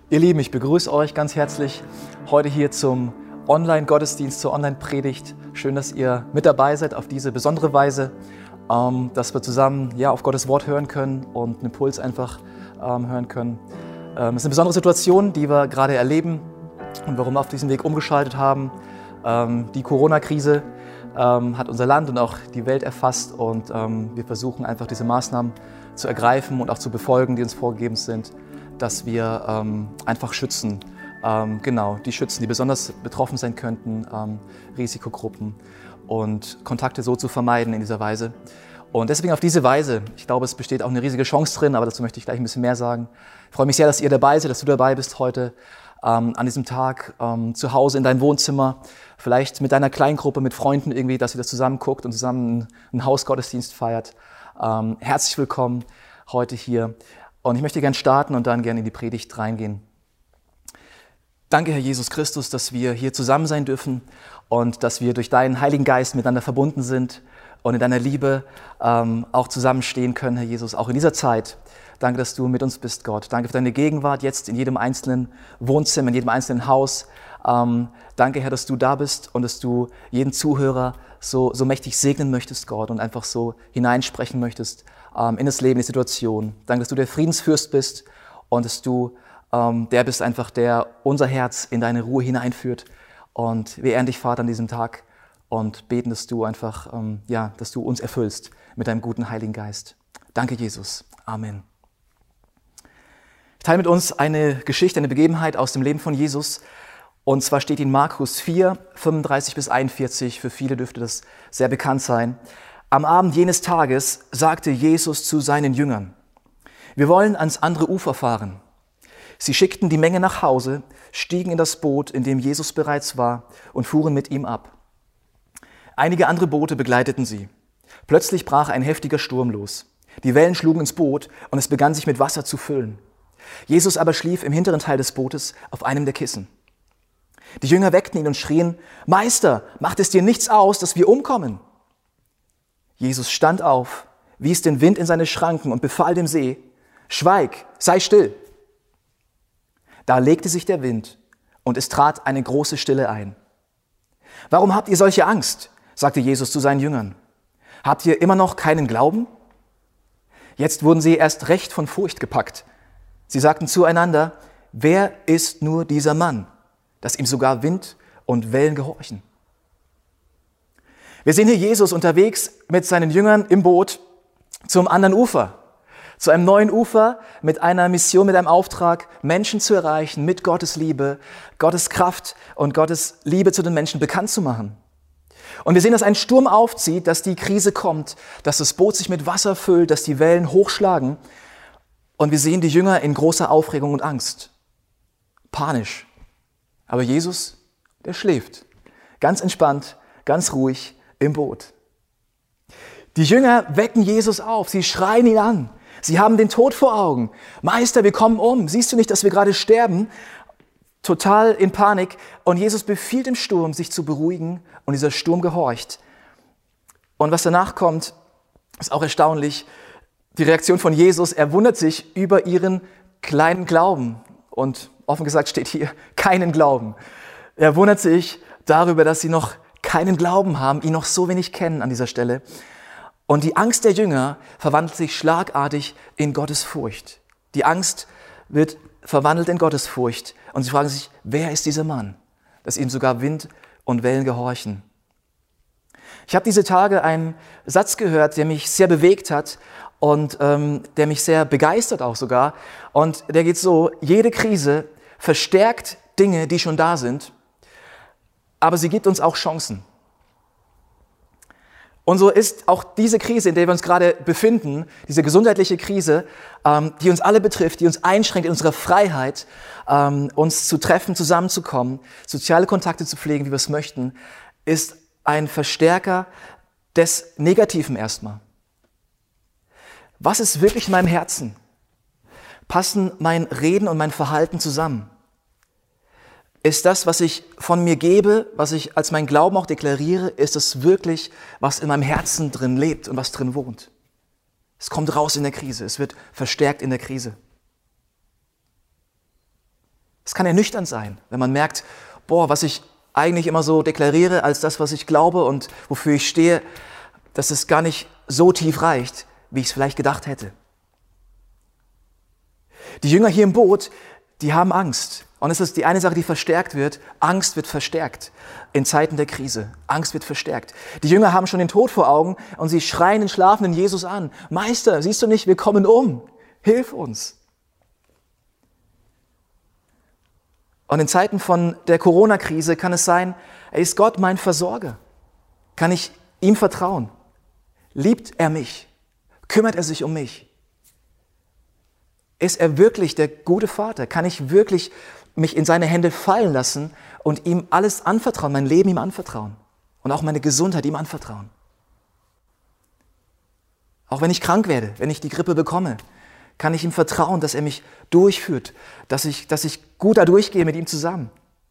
Ihr Lieben, ich begrüße euch ganz herzlich heute hier zum Online-Gottesdienst, zur Online-Predigt. Schön, dass ihr mit dabei seid auf diese besondere Weise, dass wir zusammen auf Gottes Wort hören können und einen Impuls einfach hören können. Es ist eine besondere Situation, die wir gerade erleben und warum wir auf diesem Weg umgeschaltet haben. Die Corona-Krise hat unser Land und auch die Welt erfasst und wir versuchen einfach diese Maßnahmen zu ergreifen und auch zu befolgen, die uns vorgegeben sind, dass wir einfach schützen, die schützen, die besonders betroffen sein könnten, Risikogruppen und Kontakte so zu vermeiden in dieser Weise. Und deswegen auf diese Weise, ich glaube, es besteht auch eine riesige Chance drin, aber dazu möchte ich gleich ein bisschen mehr sagen. Ich freue mich sehr, dass ihr dabei seid, dass du dabei bist heute an diesem Tag, zu Hause in deinem Wohnzimmer, vielleicht mit deiner Kleingruppe, mit Freunden irgendwie, dass ihr das zusammen guckt und zusammen einen Hausgottesdienst feiert. Herzlich willkommen heute hier. Und ich möchte gerne starten und dann gerne in die Predigt reingehen. Danke, Herr Jesus Christus, dass wir hier zusammen sein dürfen und dass wir durch deinen Heiligen Geist miteinander verbunden sind und in deiner Liebe auch zusammenstehen können, Herr Jesus, auch in dieser Zeit. Danke, dass du mit uns bist, Gott. Danke für deine Gegenwart jetzt in jedem einzelnen Wohnzimmer, in jedem einzelnen Haus. Danke, Herr, dass du da bist und dass du jeden Zuhörer so mächtig segnen möchtest, Gott, und einfach so hineinsprechen möchtest in das Leben, in die Situation. Danke, dass du der Friedensfürst bist und dass du der bist einfach, der unser Herz in deine Ruhe hineinführt. Und wir ehren dich, Vater, an diesem Tag und beten, dass du einfach, dass du uns erfüllst mit deinem guten Heiligen Geist. Danke, Jesus. Amen. Ich teile mit uns eine Geschichte, eine Begebenheit aus dem Leben von Jesus. Und zwar steht in Markus 4, 35 bis 41. Für viele dürfte das sehr bekannt sein. Am Abend jenes Tages sagte Jesus zu seinen Jüngern: Wir wollen ans andere Ufer fahren. Sie schickten die Menge nach Hause, stiegen in das Boot, in dem Jesus bereits war, und fuhren mit ihm ab. Einige andere Boote begleiteten sie. Plötzlich brach ein heftiger Sturm los. Die Wellen schlugen ins Boot und es begann sich mit Wasser zu füllen. Jesus aber schlief im hinteren Teil des Bootes auf einem der Kissen. Die Jünger weckten ihn und schrien: Meister, macht es dir nichts aus, dass wir umkommen? Jesus stand auf, wies den Wind in seine Schranken und befahl dem See: Schweig, sei still. Da legte sich der Wind und es trat eine große Stille ein. Warum habt ihr solche Angst? Sagte Jesus zu seinen Jüngern. Habt ihr immer noch keinen Glauben? Jetzt wurden sie erst recht von Furcht gepackt. Sie sagten zueinander: Wer ist nur dieser Mann, dass ihm sogar Wind und Wellen gehorchen? Wir sehen hier Jesus unterwegs mit seinen Jüngern im Boot zum anderen Ufer, zu einem neuen Ufer mit einer Mission, mit einem Auftrag, Menschen zu erreichen, mit Gottes Liebe, Gottes Kraft und Gottes Liebe zu den Menschen bekannt zu machen. Und wir sehen, dass ein Sturm aufzieht, dass die Krise kommt, dass das Boot sich mit Wasser füllt, dass die Wellen hochschlagen. Und wir sehen die Jünger in großer Aufregung und Angst, panisch. Aber Jesus, der schläft, ganz entspannt, ganz ruhig im Boot. Die Jünger wecken Jesus auf, sie schreien ihn an, sie haben den Tod vor Augen. Meister, wir kommen um, siehst du nicht, dass wir gerade sterben? Total in Panik. Und Jesus befiehlt dem Sturm, sich zu beruhigen, und dieser Sturm gehorcht. Und was danach kommt, ist auch erstaunlich. Die Reaktion von Jesus, er wundert sich über ihren kleinen Glauben. Und offen gesagt steht hier, keinen Glauben. Er wundert sich darüber, dass sie noch keinen Glauben haben, ihn noch so wenig kennen an dieser Stelle. Und die Angst der Jünger verwandelt sich schlagartig in Gottesfurcht. Die Angst wird verwandelt in Gottesfurcht. Und sie fragen sich, wer ist dieser Mann, dass ihm sogar Wind und Wellen gehorchen? Ich habe diese Tage einen Satz gehört, der mich sehr bewegt hat und der mich sehr begeistert auch sogar. Und der geht so: Jede Krise verstärkt Dinge, die schon da sind, aber sie gibt uns auch Chancen. Und so ist auch diese Krise, in der wir uns gerade befinden, diese gesundheitliche Krise, die uns alle betrifft, die uns einschränkt in unserer Freiheit, uns zu treffen, zusammenzukommen, soziale Kontakte zu pflegen, wie wir es möchten, ist ein Verstärker des Negativen erstmal. Was ist wirklich in meinem Herzen? Passen mein Reden und mein Verhalten zusammen? Ist das, was ich von mir gebe, was ich als mein Glauben auch deklariere, ist es wirklich, was in meinem Herzen drin lebt und was drin wohnt? Es kommt raus in der Krise, es wird verstärkt in der Krise. kann ernüchternd sein, wenn man merkt, was ich eigentlich immer so deklariere als das, was ich glaube und wofür ich stehe, dass es gar nicht so tief reicht, wie ich es vielleicht gedacht hätte. Die Jünger hier im Boot, die haben Angst. Und es ist die eine Sache, die verstärkt wird. Angst wird verstärkt in Zeiten der Krise. Angst wird verstärkt. Die Jünger haben schon den Tod vor Augen und sie schreien den schlafenden Jesus an. Meister, siehst du nicht, wir kommen um. Hilf uns. Und in Zeiten von der Corona-Krise kann es sein, ist Gott mein Versorger? Kann ich ihm vertrauen? Liebt er mich? Kümmert er sich um mich? Ist er wirklich der gute Vater? Kann ich wirklich mich in seine Hände fallen lassen und ihm alles anvertrauen, mein Leben ihm anvertrauen und auch meine Gesundheit ihm anvertrauen? Auch wenn ich krank werde, wenn ich die Grippe bekomme, kann ich ihm vertrauen, dass er mich durchführt, dass ich gut da durchgehe mit ihm zusammen.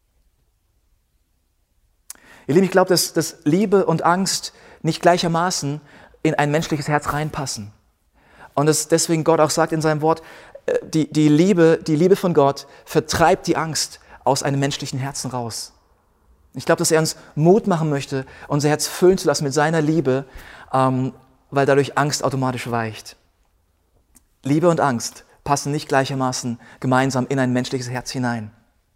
Ihr Lieben, ich glaube, dass Liebe und Angst nicht gleichermaßen in ein menschliches Herz reinpassen. Und dass deswegen Gott auch sagt in seinem Wort, die Liebe von Gott vertreibt die Angst aus einem menschlichen Herzen raus. Ich glaube, dass er uns Mut machen möchte, unser Herz füllen zu lassen mit seiner Liebe, weil dadurch Angst automatisch weicht. Liebe und Angst passen nicht gleichermaßen gemeinsam in ein menschliches Herz hinein.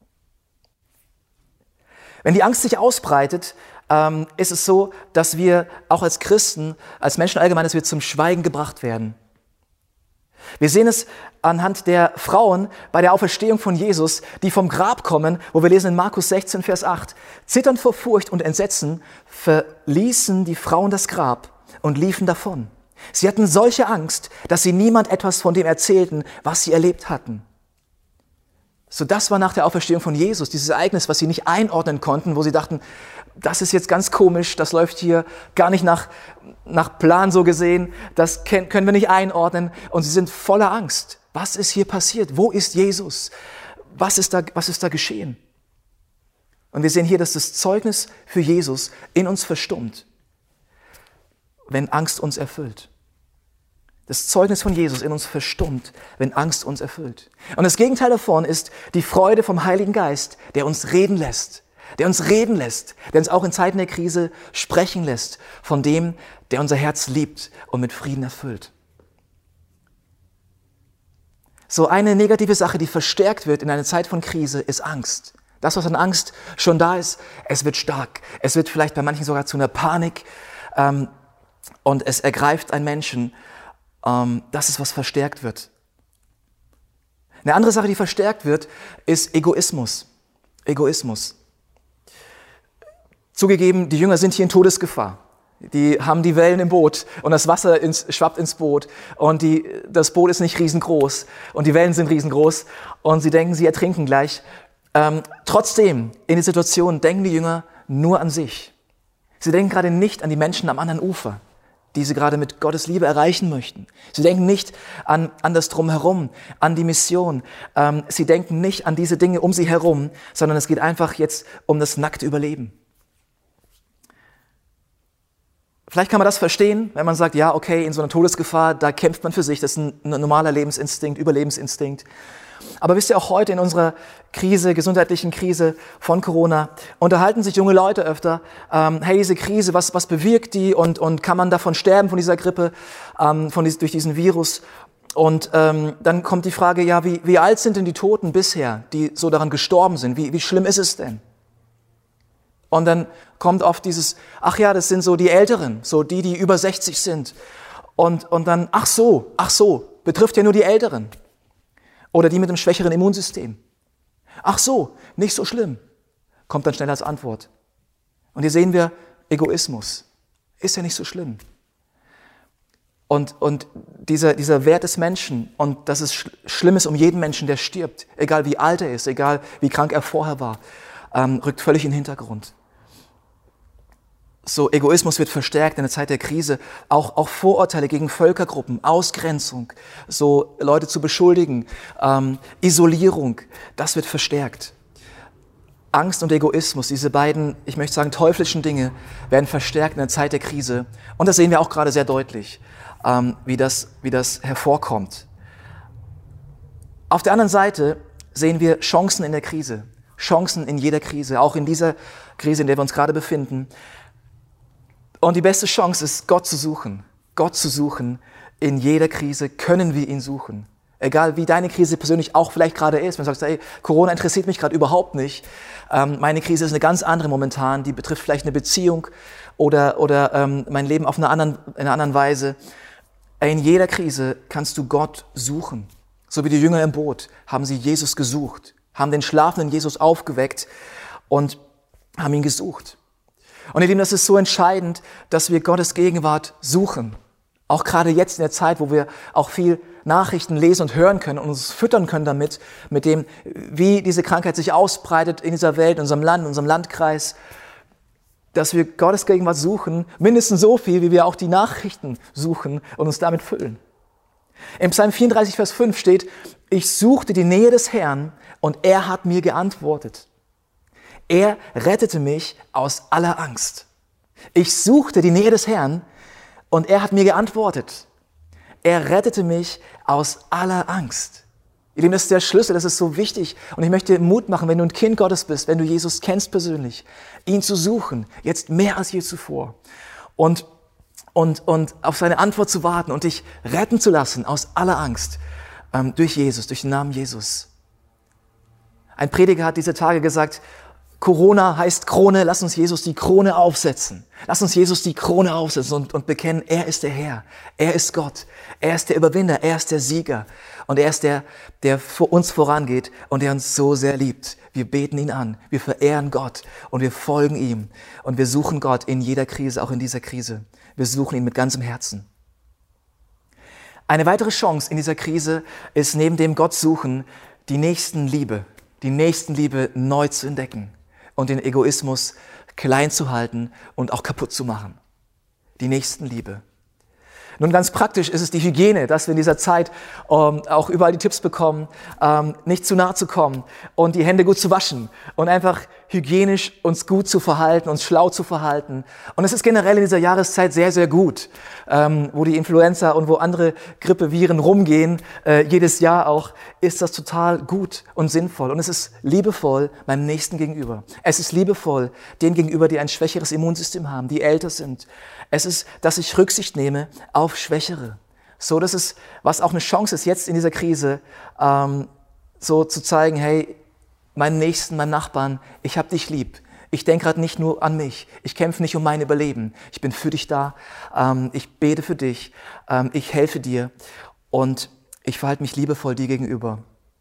Wenn die Angst sich ausbreitet, ist es so, dass wir auch als Christen, als Menschen allgemein, dass wir zum Schweigen gebracht werden. Wir sehen es anhand der Frauen bei der Auferstehung von Jesus, die vom Grab kommen, wo wir lesen in Markus 16, Vers 8. Zitternd vor Furcht und Entsetzen verließen die Frauen das Grab und liefen davon. Sie hatten solche Angst, dass sie niemand etwas von dem erzählten, was sie erlebt hatten. So, das war nach der Auferstehung von Jesus, dieses Ereignis, was sie nicht einordnen konnten, wo sie dachten, das ist jetzt ganz komisch, das läuft hier gar nicht nach Plan so gesehen, das können wir nicht einordnen. Und sie sind voller Angst. Was ist hier passiert? Wo ist Jesus? Was ist da geschehen? Und wir sehen hier, dass das Zeugnis für Jesus in uns verstummt, wenn Angst uns erfüllt. Das Zeugnis von Jesus in uns verstummt, wenn Angst uns erfüllt. Und das Gegenteil davon ist die Freude vom Heiligen Geist, der uns reden lässt, der uns auch in Zeiten der Krise sprechen lässt von dem, der unser Herz liebt und mit Frieden erfüllt. So eine negative Sache, die verstärkt wird in einer Zeit von Krise, ist Angst. Das, was an Angst schon da ist, es wird stark. Es wird vielleicht bei manchen sogar zu einer Panik und es ergreift einen Menschen. Das ist, was verstärkt wird. Eine andere Sache, die verstärkt wird, ist Egoismus. Egoismus. Zugegeben, die Jünger sind hier in Todesgefahr. Die haben die Wellen im Boot und das Wasser schwappt ins Boot und das Boot ist nicht riesengroß und die Wellen sind riesengroß und sie denken, sie ertrinken gleich. Trotzdem, in der Situation denken die Jünger nur an sich. Sie denken gerade nicht an die Menschen am anderen Ufer, die sie gerade mit Gottes Liebe erreichen möchten. Sie denken nicht an das Drumherum, an die Mission. Sie denken nicht an diese Dinge um sie herum, sondern es geht einfach jetzt um das nackte Überleben. Vielleicht kann man das verstehen, wenn man sagt, ja, okay, in so einer Todesgefahr, da kämpft man für sich, das ist ein normaler Lebensinstinkt, Überlebensinstinkt. Aber wisst ihr, auch heute in unserer Krise, gesundheitlichen Krise von Corona, unterhalten sich junge Leute öfter, hey, diese Krise, was bewirkt die und kann man davon sterben, von dieser Grippe, durch diesen Virus? Und dann kommt die Frage, ja, wie alt sind denn die Toten bisher, die so daran gestorben sind? Wie schlimm ist es denn? Und dann kommt oft dieses, ach ja, das sind so die Älteren, so die über 60 sind. Und dann, ach so, betrifft ja nur die Älteren. Oder die mit einem schwächeren Immunsystem. Ach so, nicht so schlimm, kommt dann schnell als Antwort. Und hier sehen wir Egoismus. Ist ja nicht so schlimm. Und dieser Wert des Menschen und dass es schlimm ist um jeden Menschen, der stirbt, egal wie alt er ist, egal wie krank er vorher war, rückt völlig in den Hintergrund. So, Egoismus wird verstärkt in der Zeit der Krise. Auch Vorurteile gegen Völkergruppen, Ausgrenzung, so Leute zu beschuldigen, Isolierung, das wird verstärkt. Angst und Egoismus, diese beiden, ich möchte sagen, teuflischen Dinge, werden verstärkt in der Zeit der Krise. Und das sehen wir auch gerade sehr deutlich, wie das hervorkommt. Auf der anderen Seite sehen wir Chancen in der Krise. Chancen in jeder Krise, auch in dieser Krise, in der wir uns gerade befinden. Und die beste Chance ist, Gott zu suchen. Gott zu suchen. In jeder Krise können wir ihn suchen. Egal wie deine Krise persönlich auch vielleicht gerade ist. Wenn du sagst, hey, Corona interessiert mich gerade überhaupt nicht. Meine Krise ist eine ganz andere momentan. Die betrifft vielleicht eine Beziehung oder mein Leben in einer anderen Weise. In jeder Krise kannst du Gott suchen. So wie die Jünger im Boot haben sie Jesus gesucht, haben den schlafenden Jesus aufgeweckt und haben ihn gesucht. Und ihr Lieben, das ist so entscheidend, dass wir Gottes Gegenwart suchen. Auch gerade jetzt in der Zeit, wo wir auch viel Nachrichten lesen und hören können und uns füttern können damit, mit dem, wie diese Krankheit sich ausbreitet in dieser Welt, in unserem Land, in unserem Landkreis, dass wir Gottes Gegenwart suchen, mindestens so viel, wie wir auch die Nachrichten suchen und uns damit füllen. Im Psalm 34, Vers 5 steht, ich suchte die Nähe des Herrn und er hat mir geantwortet. Er rettete mich aus aller Angst. Ich suchte die Nähe des Herrn und er hat mir geantwortet. Er rettete mich aus aller Angst. Ihr Lieben, das ist der Schlüssel, das ist so wichtig. Und ich möchte dir Mut machen, wenn du ein Kind Gottes bist, wenn du Jesus kennst persönlich, ihn zu suchen, jetzt mehr als je zuvor. Und auf seine Antwort zu warten und dich retten zu lassen aus aller Angst durch Jesus, durch den Namen Jesus. Ein Prediger hat diese Tage gesagt, Corona heißt Krone, lass uns Jesus die Krone aufsetzen. Lass uns Jesus die Krone aufsetzen und bekennen, er ist der Herr, er ist Gott, er ist der Überwinder, er ist der Sieger und er ist der vor uns vorangeht und der uns so sehr liebt. Wir beten ihn an, wir verehren Gott und wir folgen ihm und wir suchen Gott in jeder Krise, auch in dieser Krise. Wir suchen ihn mit ganzem Herzen. Eine weitere Chance in dieser Krise ist neben dem Gott suchen, die Nächstenliebe neu zu entdecken und den Egoismus klein zu halten und auch kaputt zu machen. Die Nächstenliebe. Nun, ganz praktisch ist es die Hygiene, dass wir in dieser Zeit auch überall die Tipps bekommen, nicht zu nahe zu kommen und die Hände gut zu waschen und einfach hygienisch uns gut zu verhalten, uns schlau zu verhalten. Und es ist generell in dieser Jahreszeit sehr, sehr gut, wo die Influenza und wo andere Grippeviren rumgehen, jedes Jahr auch, ist das total gut und sinnvoll. Und es ist liebevoll meinem Nächsten gegenüber. Es ist liebevoll denen gegenüber, die ein schwächeres Immunsystem haben, die älter sind. Es ist, dass ich Rücksicht nehme auf Schwächere. So, das ist, was auch eine Chance ist, jetzt in dieser Krise, so zu zeigen, hey, meinen Nächsten, meinen Nachbarn, ich hab dich lieb. Ich denke gerade nicht nur an mich. Ich kämpfe nicht um mein Überleben. Ich bin für dich da. Ich bete für dich. Ich helfe dir. Und ich verhalte mich liebevoll dir gegenüber.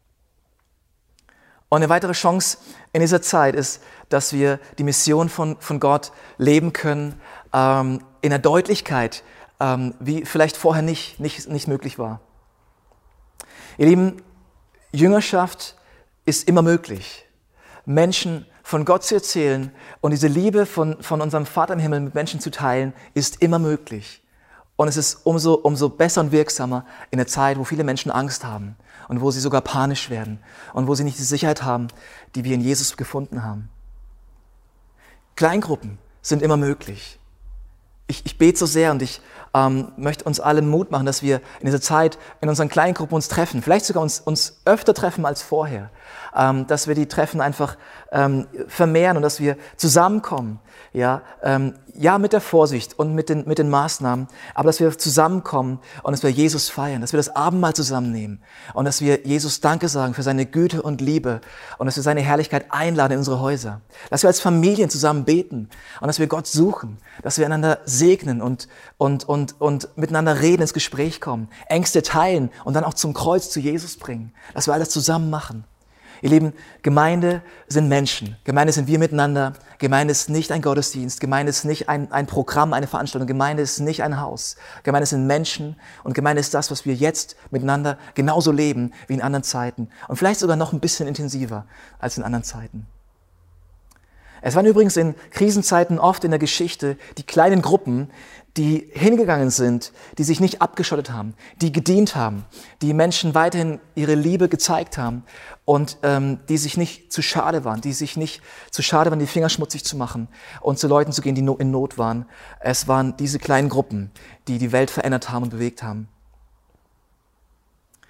Und eine weitere Chance in dieser Zeit ist, dass wir die Mission von Gott leben können, in der Deutlichkeit, wie vielleicht vorher nicht möglich war. Ihr Lieben, Jüngerschaft ist immer möglich. Menschen von Gott zu erzählen und diese Liebe von unserem Vater im Himmel mit Menschen zu teilen, ist immer möglich. Und es ist umso besser und wirksamer in der Zeit, wo viele Menschen Angst haben und wo sie sogar panisch werden und wo sie nicht die Sicherheit haben, die wir in Jesus gefunden haben. Kleingruppen sind immer möglich. Ich bete so sehr und ich möchte uns alle Mut machen, dass wir in dieser Zeit in unseren Kleingruppen uns treffen, vielleicht sogar uns öfter treffen als vorher, dass wir die Treffen einfach vermehren und dass wir zusammenkommen, ja mit der Vorsicht und mit den Maßnahmen, aber dass wir zusammenkommen und dass wir Jesus feiern, dass wir das Abendmahl zusammennehmen und dass wir Jesus Danke sagen für seine Güte und Liebe und dass wir seine Herrlichkeit einladen in unsere Häuser, dass wir als Familien zusammen beten und dass wir Gott suchen, dass wir einander segnen und miteinander reden, ins Gespräch kommen, Ängste teilen und dann auch zum Kreuz zu Jesus bringen, dass wir alles zusammen machen. Ihr Lieben, Gemeinde sind Menschen. Gemeinde sind wir miteinander. Gemeinde ist nicht ein Gottesdienst. Gemeinde ist nicht ein Programm, eine Veranstaltung. Gemeinde ist nicht ein Haus. Gemeinde sind Menschen. Und Gemeinde ist das, was wir jetzt miteinander genauso leben wie in anderen Zeiten. Und vielleicht sogar noch ein bisschen intensiver als in anderen Zeiten. Es waren übrigens in Krisenzeiten oft in der Geschichte die kleinen Gruppen, die hingegangen sind, die sich nicht abgeschottet haben, die gedient haben, die Menschen weiterhin ihre Liebe gezeigt haben und die sich nicht zu schade waren, die Finger schmutzig zu machen und zu Leuten zu gehen, die in Not waren. Es waren diese kleinen Gruppen, die die Welt verändert haben und bewegt haben.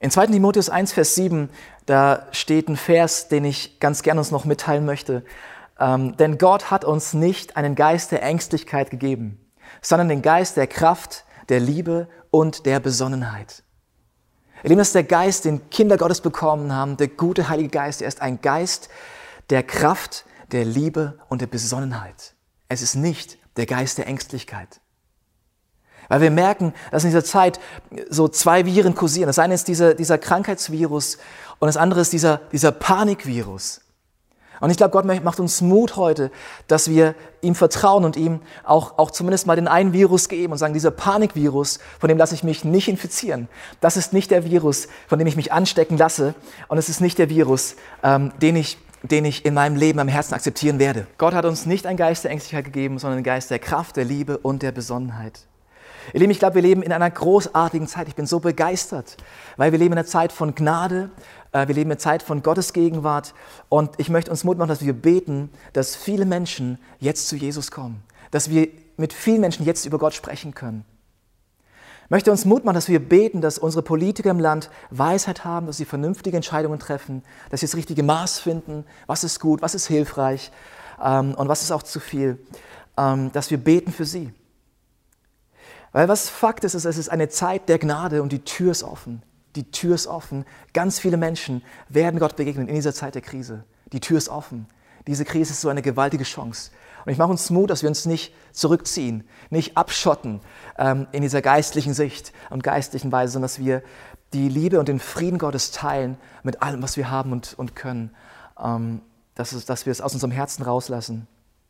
In 2. Timotheus 1, Vers 7, da steht ein Vers, den ich ganz gerne uns noch mitteilen möchte. Denn Gott hat uns nicht einen Geist der Ängstlichkeit gegeben, sondern den Geist der Kraft, der Liebe und der Besonnenheit. Ihr Lieben, das ist der Geist, den Kinder Gottes bekommen haben, der gute Heilige Geist. Er ist ein Geist der Kraft, der Liebe und der Besonnenheit. Es ist nicht der Geist der Ängstlichkeit. Weil wir merken, dass in dieser Zeit so zwei Viren kursieren. Das eine ist dieser Krankheitsvirus und das andere ist dieser Panikvirus. Und ich glaube, Gott macht uns Mut heute, dass wir ihm vertrauen und ihm auch zumindest mal den einen Virus geben und sagen, dieser Panikvirus, von dem lasse ich mich nicht infizieren. Das ist nicht der Virus, von dem ich mich anstecken lasse. Und es ist nicht der Virus, den ich in meinem Leben, am Herzen akzeptieren werde. Gott hat uns nicht einen Geist der Ängstlichkeit gegeben, sondern einen Geist der Kraft, der Liebe und der Besonnenheit. Ihr Lieben, ich glaube, wir leben in einer großartigen Zeit. Ich bin so begeistert, weil wir leben in einer Zeit von Gnade, wir leben in einer Zeit von Gottes Gegenwart und ich möchte uns Mut machen, dass wir beten, dass viele Menschen jetzt zu Jesus kommen, dass wir mit vielen Menschen jetzt über Gott sprechen können. Ich möchte uns Mut machen, dass wir beten, dass unsere Politiker im Land Weisheit haben, dass sie vernünftige Entscheidungen treffen, dass sie das richtige Maß finden, was ist gut, was ist hilfreich und was ist auch zu viel, dass wir beten für sie. Weil was Fakt ist, es ist eine Zeit der Gnade und die Tür ist offen. Die Tür ist offen. Ganz viele Menschen werden Gott begegnen in dieser Zeit der Krise. Die Tür ist offen. Diese Krise ist so eine gewaltige Chance. Und ich mache uns Mut, dass wir uns nicht zurückziehen, nicht abschotten in dieser geistlichen Sicht und geistlichen Weise, sondern dass wir die Liebe und den Frieden Gottes teilen mit allem, was wir haben und können. Dass wir es aus unserem Herzen rauslassen.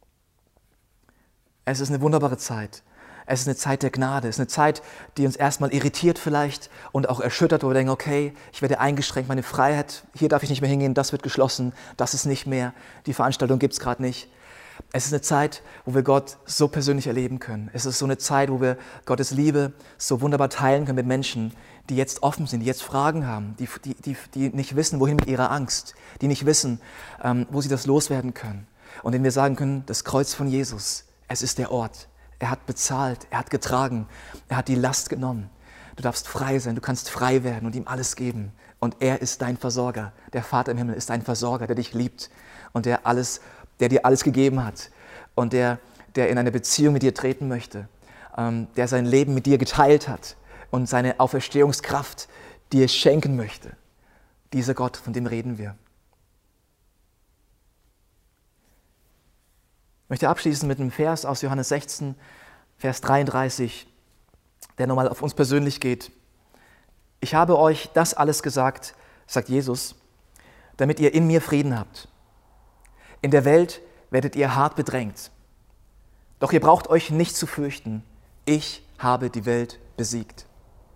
Es ist eine wunderbare Zeit. Es ist eine Zeit der Gnade. Es ist eine Zeit, die uns erstmal irritiert vielleicht und auch erschüttert, wo wir denken, okay, ich werde eingeschränkt, meine Freiheit, hier darf ich nicht mehr hingehen, das wird geschlossen, das ist nicht mehr, die Veranstaltung gibt es gerade nicht. Es ist eine Zeit, wo wir Gott so persönlich erleben können. Es ist so eine Zeit, wo wir Gottes Liebe so wunderbar teilen können mit Menschen, die jetzt offen sind, die jetzt Fragen haben, die nicht wissen, wohin mit ihrer Angst, die nicht wissen, wo sie das loswerden können. Und denen wir sagen können, das Kreuz von Jesus, es ist der Ort. Er hat bezahlt, er hat getragen, er hat die Last genommen. Du darfst frei sein, du kannst frei werden und ihm alles geben. Und er ist dein Versorger. Der Vater im Himmel ist dein Versorger, der dich liebt und der dir alles gegeben hat und der in eine Beziehung mit dir treten möchte, der sein Leben mit dir geteilt hat und seine Auferstehungskraft dir schenken möchte. Dieser Gott, von dem reden wir. Ich möchte abschließen mit einem Vers aus Johannes 16, Vers 33, der nochmal auf uns persönlich geht. Ich habe euch das alles gesagt, sagt Jesus, damit ihr in mir Frieden habt. In der Welt werdet ihr hart bedrängt. Doch ihr braucht euch nicht zu fürchten. Ich habe die Welt besiegt.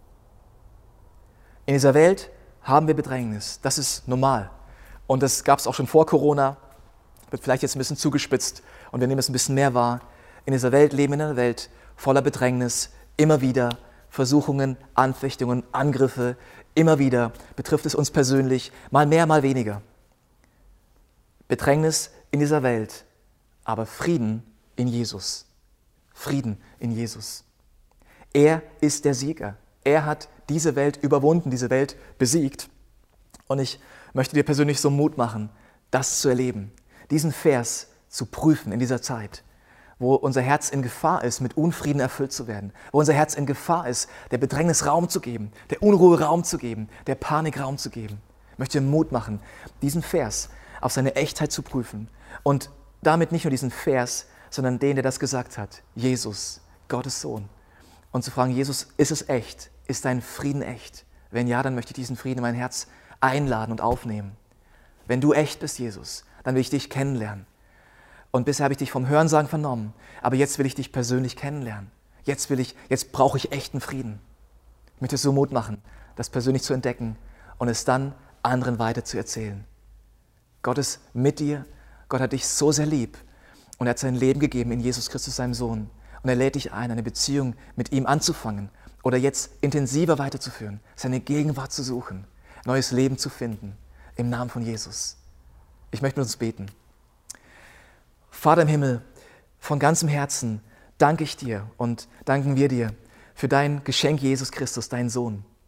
In dieser Welt haben wir Bedrängnis. Das ist normal. Und das gab es auch schon vor Corona. Wird vielleicht jetzt ein bisschen zugespitzt und wir nehmen es ein bisschen mehr wahr. In dieser Welt leben wir in einer Welt voller Bedrängnis, immer wieder Versuchungen, Anfechtungen, Angriffe, immer wieder betrifft es uns persönlich, mal mehr, mal weniger. Bedrängnis in dieser Welt, aber Frieden in Jesus. Frieden in Jesus. Er ist der Sieger. Er hat diese Welt überwunden, diese Welt besiegt. Und ich möchte dir persönlich so Mut machen, das zu erleben. Diesen Vers zu prüfen in dieser Zeit, wo unser Herz in Gefahr ist, mit Unfrieden erfüllt zu werden, wo unser Herz in Gefahr ist, der Bedrängnis Raum zu geben, der Unruhe Raum zu geben, der Panik Raum zu geben. Ich möchte dir Mut machen, diesen Vers auf seine Echtheit zu prüfen und damit nicht nur diesen Vers, sondern den, der das gesagt hat, Jesus, Gottes Sohn, und zu fragen, Jesus, ist es echt? Ist dein Frieden echt? Wenn ja, dann möchte ich diesen Frieden in mein Herz einladen und aufnehmen. Wenn du echt bist, Jesus, dann will ich dich kennenlernen. Und bisher habe ich dich vom Hörensagen vernommen, aber jetzt will ich dich persönlich kennenlernen. Jetzt brauche ich echten Frieden. Ich möchte es so Mut machen, das persönlich zu entdecken und es dann anderen weiter zu erzählen. Gott ist mit dir, Gott hat dich so sehr lieb und er hat sein Leben gegeben in Jesus Christus, seinem Sohn. Und er lädt dich ein, eine Beziehung mit ihm anzufangen oder jetzt intensiver weiterzuführen, seine Gegenwart zu suchen, neues Leben zu finden, im Namen von Jesus. Ich möchte mit uns beten. Vater im Himmel, von ganzem Herzen danke ich dir und danken wir dir für dein Geschenk Jesus Christus, deinen Sohn.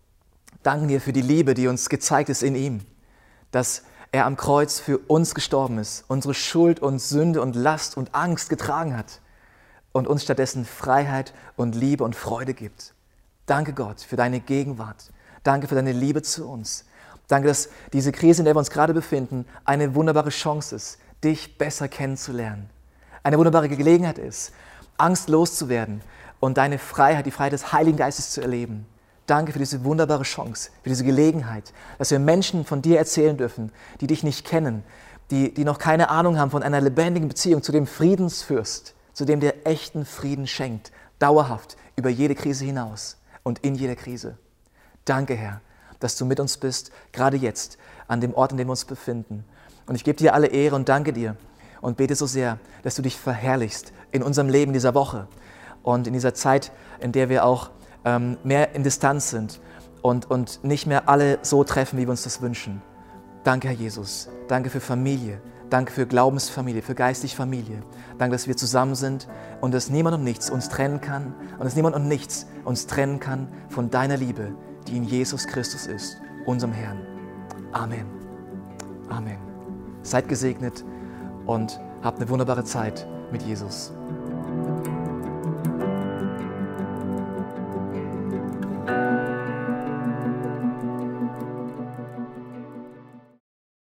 Danken dir für die Liebe, die uns gezeigt ist in ihm, dass er am Kreuz für uns gestorben ist, unsere Schuld und Sünde und Last und Angst getragen hat und uns stattdessen Freiheit und Liebe und Freude gibt. Danke Gott für deine Gegenwart. Danke für deine Liebe zu uns. Danke, dass diese Krise, in der wir uns gerade befinden, eine wunderbare Chance ist, dich besser kennenzulernen. Eine wunderbare Gelegenheit ist, Angst loszuwerden und deine Freiheit, die Freiheit des Heiligen Geistes zu erleben. Danke für diese wunderbare Chance, für diese Gelegenheit, dass wir Menschen von dir erzählen dürfen, die dich nicht kennen, die noch keine Ahnung haben von einer lebendigen Beziehung zu dem Friedensfürst, zu dem der echten Frieden schenkt, dauerhaft über jede Krise hinaus und in jeder Krise. Danke, Herr, dass du mit uns bist, gerade jetzt, an dem Ort, an dem wir uns befinden. Und ich gebe dir alle Ehre und danke dir und bete so sehr, dass du dich verherrlichst in unserem Leben dieser Woche und in dieser Zeit, in der wir auch mehr in Distanz sind und nicht mehr alle so treffen, wie wir uns das wünschen. Danke, Herr Jesus. Danke für Familie. Danke für Glaubensfamilie, für geistliche Familie. Danke, dass wir zusammen sind und dass niemand und nichts uns trennen kann und dass niemand und nichts uns trennen kann von deiner Liebe, die in Jesus Christus ist, unserem Herrn. Amen. Amen. Seid gesegnet und habt eine wunderbare Zeit mit Jesus.